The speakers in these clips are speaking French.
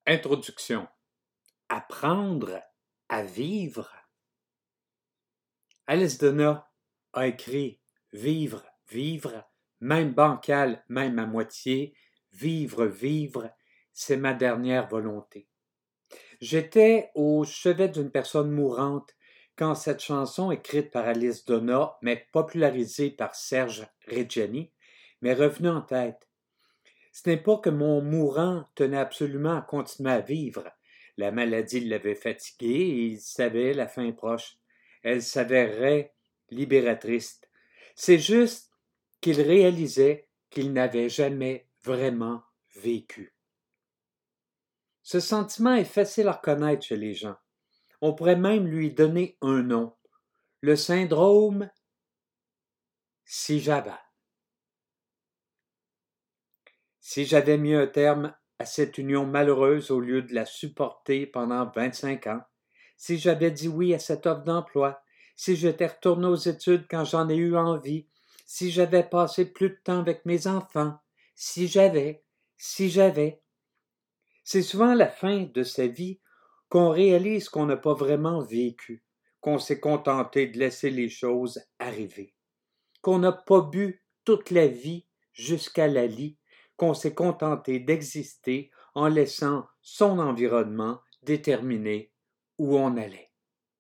Introduction. Apprendre à vivre. Alice Donat a écrit « Vivre, vivre, même bancal, même à moitié, vivre, vivre, c'est ma dernière volonté. » J'étais au chevet d'une personne mourante quand cette chanson, écrite par Alice Donat, mais popularisée par Serge Reggiani, m'est revenue en tête. Ce n'est pas que mon mourant tenait absolument à continuer à vivre. La maladie l'avait fatigué et il savait la fin proche. Elle s'avérerait libératrice. C'est juste qu'il réalisait qu'il n'avait jamais vraiment vécu. Ce sentiment est facile à reconnaître chez les gens. On pourrait même lui donner un nom. Le syndrome si j'avais. Si j'avais mis un terme à cette union malheureuse au lieu de la supporter pendant 25 ans, si j'avais dit oui à cette offre d'emploi, si j'étais retourné aux études quand j'en ai eu envie, si j'avais passé plus de temps avec mes enfants, si j'avais. C'est souvent à la fin de sa vie qu'on réalise qu'on n'a pas vraiment vécu, qu'on s'est contenté de laisser les choses arriver, qu'on n'a pas bu toute la vie jusqu'à la lie, qu'on s'est contenté d'exister en laissant son environnement déterminer où on allait.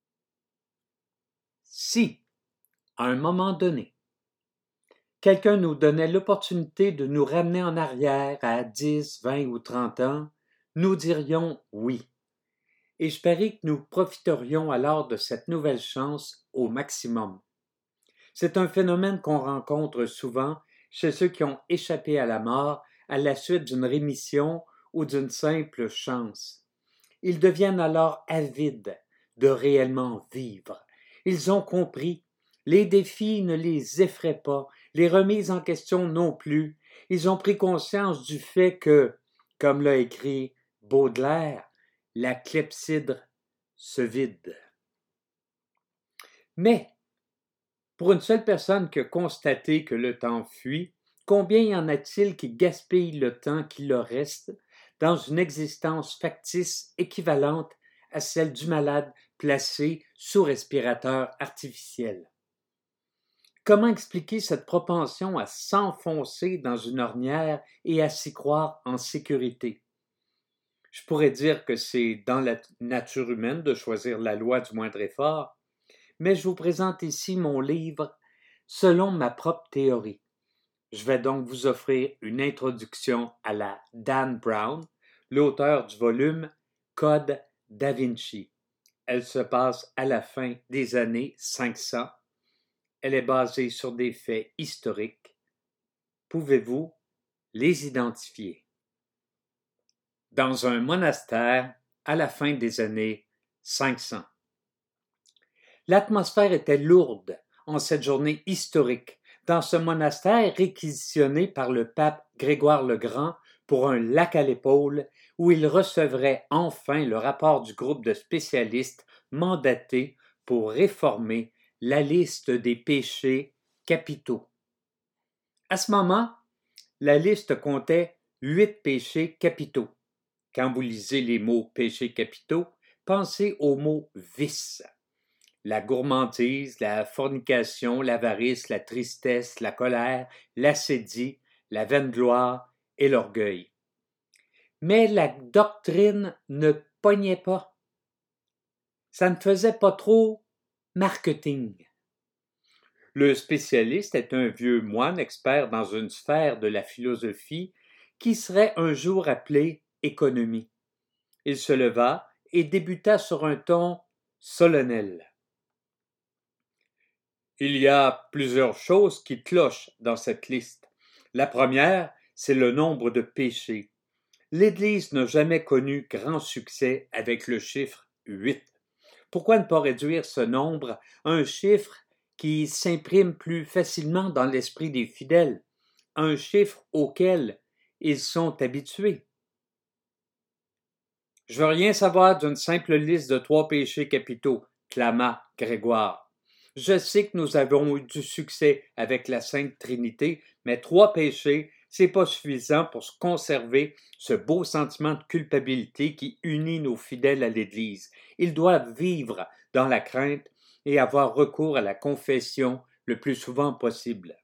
Si, à un moment donné, quelqu'un nous donnait l'opportunité de nous ramener en arrière à 10, 20 ou 30 ans, nous dirions oui. Et je parie que nous profiterions alors de cette nouvelle chance au maximum. C'est un phénomène qu'on rencontre souvent chez ceux qui ont échappé à la mort à la suite d'une rémission ou d'une simple chance. Ils deviennent alors avides de réellement vivre. Ils ont compris. Les défis ne les effraient pas, les remises en question non plus. Ils ont pris conscience du fait que, comme l'a écrit Baudelaire, la clepsydre se vide. Mais, pour une seule personne qui a constaté que le temps fuit, combien y en a-t-il qui gaspillent le temps qui leur reste dans une existence factice équivalente à celle du malade placé sous respirateur artificiel? Comment expliquer cette propension à s'enfoncer dans une ornière et à s'y croire en sécurité? Je pourrais dire que c'est dans la nature humaine de choisir la loi du moindre effort, mais je vous présente ici mon livre selon ma propre théorie. Je vais donc vous offrir une introduction à la Dan Brown, l'auteur du volume Code Da Vinci. Elle se passe à la fin des années 500. Elle est basée sur des faits historiques. Pouvez-vous les identifier? Dans un monastère à la fin des années 500. L'atmosphère était lourde en cette journée historique dans ce monastère réquisitionné par le pape Grégoire le Grand pour un lac à l'épaule où il recevrait enfin le rapport du groupe de spécialistes mandatés pour réformer la liste des péchés capitaux. À ce moment, la liste comptait 8 péchés capitaux. Quand vous lisez les mots péchés capitaux, pensez au mot vice. La gourmandise, la fornication, l'avarice, la tristesse, la colère, l'acédie, la vaingloire et l'orgueil. Mais la doctrine ne pognait pas. Ça ne faisait pas trop marketing. Le spécialiste est un vieux moine expert dans une sphère de la philosophie qui serait un jour appelée économie. Il se leva et débuta sur un ton solennel. Il y a plusieurs choses qui clochent dans cette liste. La première, c'est le nombre de péchés. L'Église n'a jamais connu grand succès avec le chiffre 8. Pourquoi ne pas réduire ce nombre à un chiffre qui s'imprime plus facilement dans l'esprit des fidèles, un chiffre auquel ils sont habitués? Je veux rien savoir d'une simple liste de 3 péchés capitaux, clama Grégoire. Je sais que nous avons eu du succès avec la Sainte Trinité, mais 3 péchés, c'est pas suffisant pour se conserver ce beau sentiment de culpabilité qui unit nos fidèles à l'Église. Ils doivent vivre dans la crainte et avoir recours à la confession le plus souvent possible.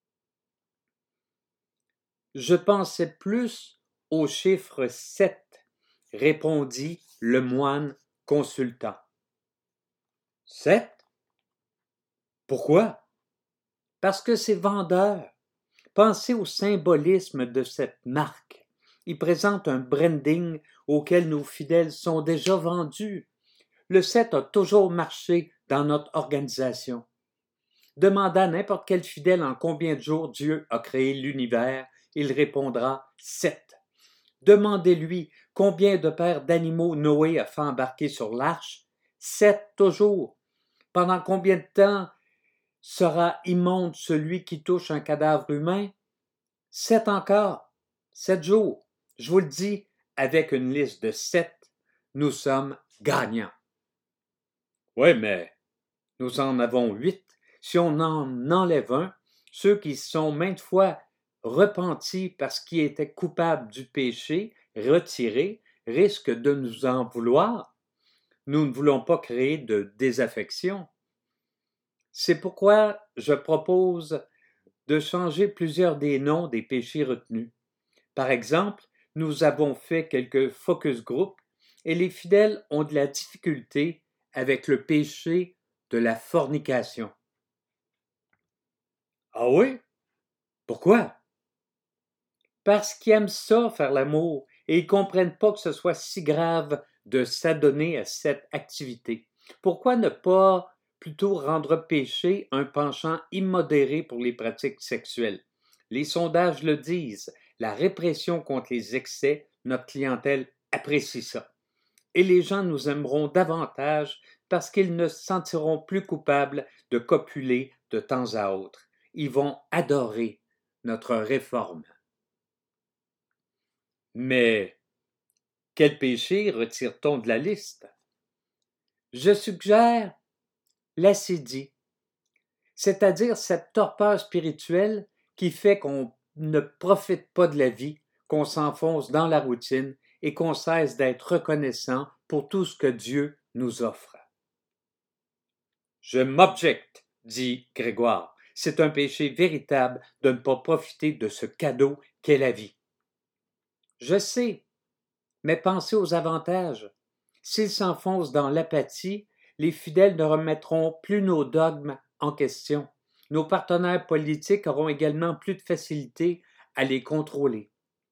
Je pensais plus au chiffre 7, répondit le moine consultant. 7? Pourquoi? Parce que c'est vendeur. Pensez au symbolisme de cette marque. Il présente un branding auquel nos fidèles sont déjà vendus. Le 7 a toujours marché dans notre organisation. Demandez à n'importe quel fidèle en combien de jours Dieu a créé l'univers, il répondra 7. Demandez-lui combien de paires d'animaux Noé a fait embarquer sur l'arche, 7 toujours. Pendant combien de temps sera immonde celui qui touche un cadavre humain? 7 encore, 7 jours. Je vous le dis, avec une liste de 7, nous sommes gagnants. Oui, mais nous en avons 8. Si on en enlève un, ceux qui sont maintes fois repentis parce qu'ils étaient coupables du péché, retirés, risquent de nous en vouloir. Nous ne voulons pas créer de désaffection. C'est pourquoi je propose de changer plusieurs des noms des péchés retenus. Par exemple, nous avons fait quelques focus group et les fidèles ont de la difficulté avec le péché de la fornication. Ah oui? Pourquoi? Parce qu'ils aiment ça, faire l'amour, et ils ne comprennent pas que ce soit si grave de s'adonner à cette activité. Pourquoi ne pas plutôt rendre péché un penchant immodéré pour les pratiques sexuelles? Les sondages le disent, la répression contre les excès, notre clientèle apprécie ça. Et les gens nous aimeront davantage parce qu'ils ne se sentiront plus coupables de copuler de temps à autre. Ils vont adorer notre réforme. Mais quel péché retire-t-on de la liste? Je suggère l'acédie, c'est-à-dire cette torpeur spirituelle qui fait qu'on ne profite pas de la vie, qu'on s'enfonce dans la routine et qu'on cesse d'être reconnaissant pour tout ce que Dieu nous offre. Je m'objecte, dit Grégoire. C'est un péché véritable de ne pas profiter de ce cadeau qu'est la vie. Je sais, mais pensez aux avantages. S'ils s'enfoncent dans l'apathie, les fidèles ne remettront plus nos dogmes en question. Nos partenaires politiques auront également plus de facilité à les contrôler.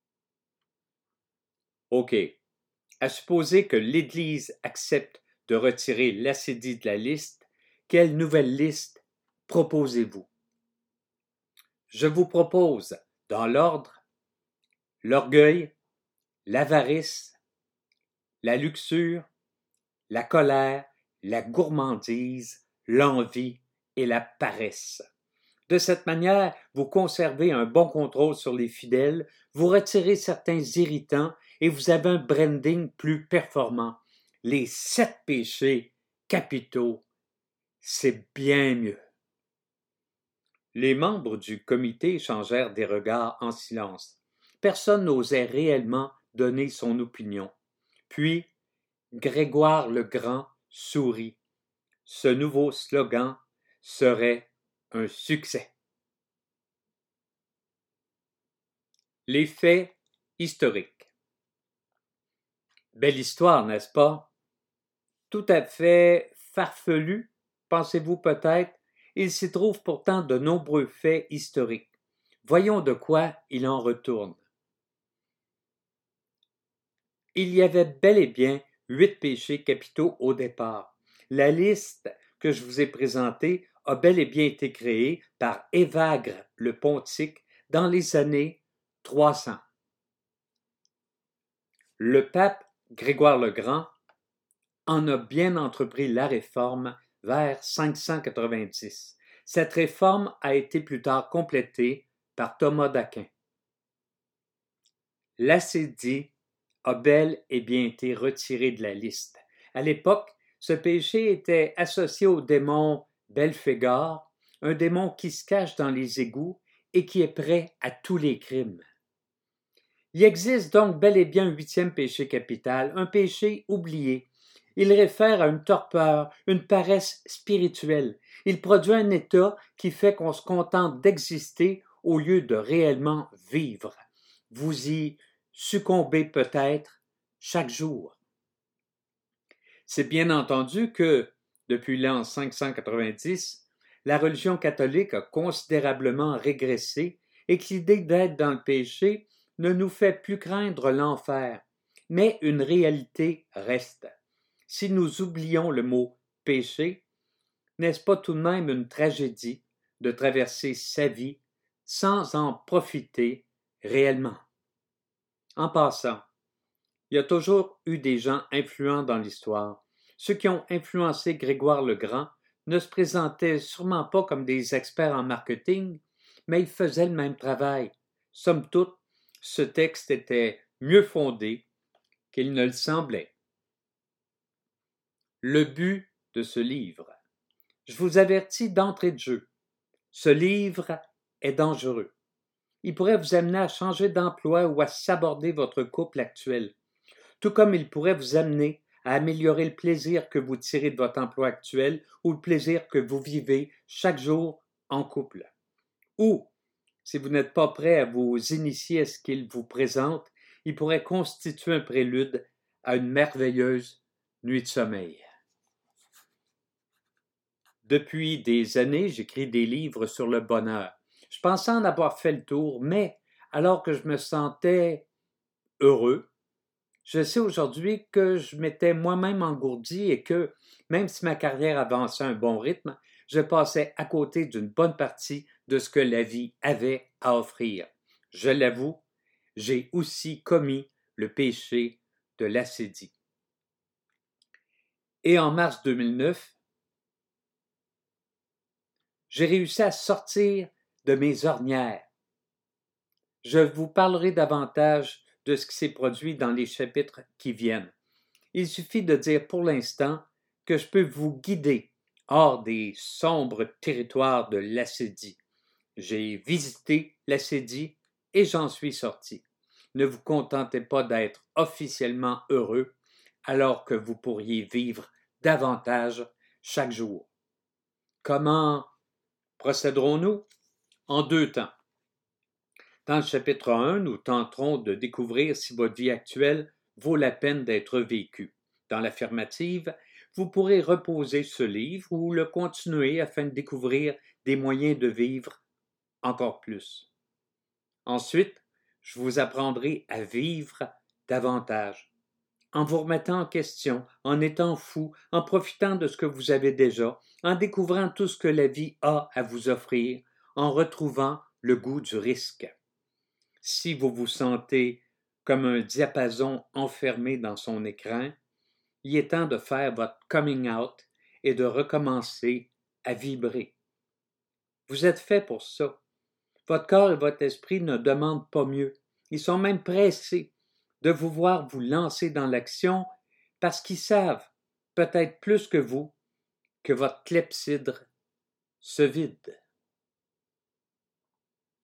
OK. À supposer que l'Église accepte de retirer l'acédie de la liste, quelle nouvelle liste proposez-vous? Je vous propose, dans l'ordre, l'orgueil, l'avarice, la luxure, la colère, la gourmandise, l'envie et la paresse. De cette manière, vous conservez un bon contrôle sur les fidèles, vous retirez certains irritants et vous avez un branding plus performant. Les 7 péchés capitaux, c'est bien mieux. Les membres du comité échangèrent des regards en silence. Personne n'osait réellement donner son opinion. Puis, Grégoire le Grand sourit. Ce nouveau slogan serait un succès. Les faits historiques. Belle histoire, n'est-ce pas? Tout à fait farfelu, pensez-vous peut-être? Il s'y trouve pourtant de nombreux faits historiques. Voyons de quoi il en retourne. Il y avait bel et bien 8 péchés capitaux au départ. La liste que je vous ai présentée a bel et bien été créée par Évagre le Pontique dans les années 300. Le pape Grégoire le Grand en a bien entrepris la réforme vers 590. Cette réforme a été plus tard complétée par Thomas d'Aquin. L'acédie a bel et bien été retiré de la liste. À l'époque, ce péché était associé au démon Belphégor, un démon qui se cache dans les égouts et qui est prêt à tous les crimes. Il existe donc bel et bien un huitième péché capital, un péché oublié. Il réfère à une torpeur, une paresse spirituelle. Il produit un état qui fait qu'on se contente d'exister au lieu de réellement vivre. Vous y succombez peut-être chaque jour. C'est bien entendu que, depuis l'an 590, la religion catholique a considérablement régressé et que l'idée d'être dans le péché ne nous fait plus craindre l'enfer. Mais une réalité reste. Si nous oublions le mot péché, n'est-ce pas tout de même une tragédie de traverser sa vie sans en profiter réellement? En passant, il y a toujours eu des gens influents dans l'histoire. Ceux qui ont influencé Grégoire le Grand ne se présentaient sûrement pas comme des experts en marketing, mais ils faisaient le même travail. Somme toute, ce texte était mieux fondé qu'il ne le semblait. Le but de ce livre. Je vous avertis d'entrée de jeu. Ce livre est dangereux. Il pourrait vous amener à changer d'emploi ou à saborder votre couple actuel, tout comme il pourrait vous amener à améliorer le plaisir que vous tirez de votre emploi actuel ou le plaisir que vous vivez chaque jour en couple. Ou, si vous n'êtes pas prêt à vous initier à ce qu'il vous présente, il pourrait constituer un prélude à une merveilleuse nuit de sommeil. Depuis des années, j'écris des livres sur le bonheur. Je pensais en avoir fait le tour, mais alors que je me sentais heureux, je sais aujourd'hui que je m'étais moi-même engourdi et que, même si ma carrière avançait à un bon rythme, je passais à côté d'une bonne partie de ce que la vie avait à offrir. Je l'avoue, j'ai aussi commis le péché de l'acédie. Et en mars 2009, j'ai réussi à sortir de mes ornières. Je vous parlerai davantage de ce qui s'est produit dans les chapitres qui viennent. Il suffit de dire pour l'instant que je peux vous guider hors des sombres territoires de l'acédie. J'ai visité l'acédie et j'en suis sorti. Ne vous contentez pas d'être officiellement heureux alors que vous pourriez vivre davantage chaque jour. Comment procéderons-nous? En deux temps. Dans le chapitre 1, nous tenterons de découvrir si votre vie actuelle vaut la peine d'être vécue. Dans l'affirmative, vous pourrez reposer ce livre ou le continuer afin de découvrir des moyens de vivre encore plus. Ensuite, je vous apprendrai à vivre davantage, en vous remettant en question, en étant fou, en profitant de ce que vous avez déjà, en découvrant tout ce que la vie a à vous offrir, en retrouvant le goût du risque. Si vous vous sentez comme un diapason enfermé dans son écran, il est temps de faire votre coming out et de recommencer à vibrer. Vous êtes fait pour ça. Votre corps et votre esprit ne demandent pas mieux. Ils sont même pressés de vous voir vous lancer dans l'action parce qu'ils savent, peut-être plus que vous, que votre clepsydre se vide.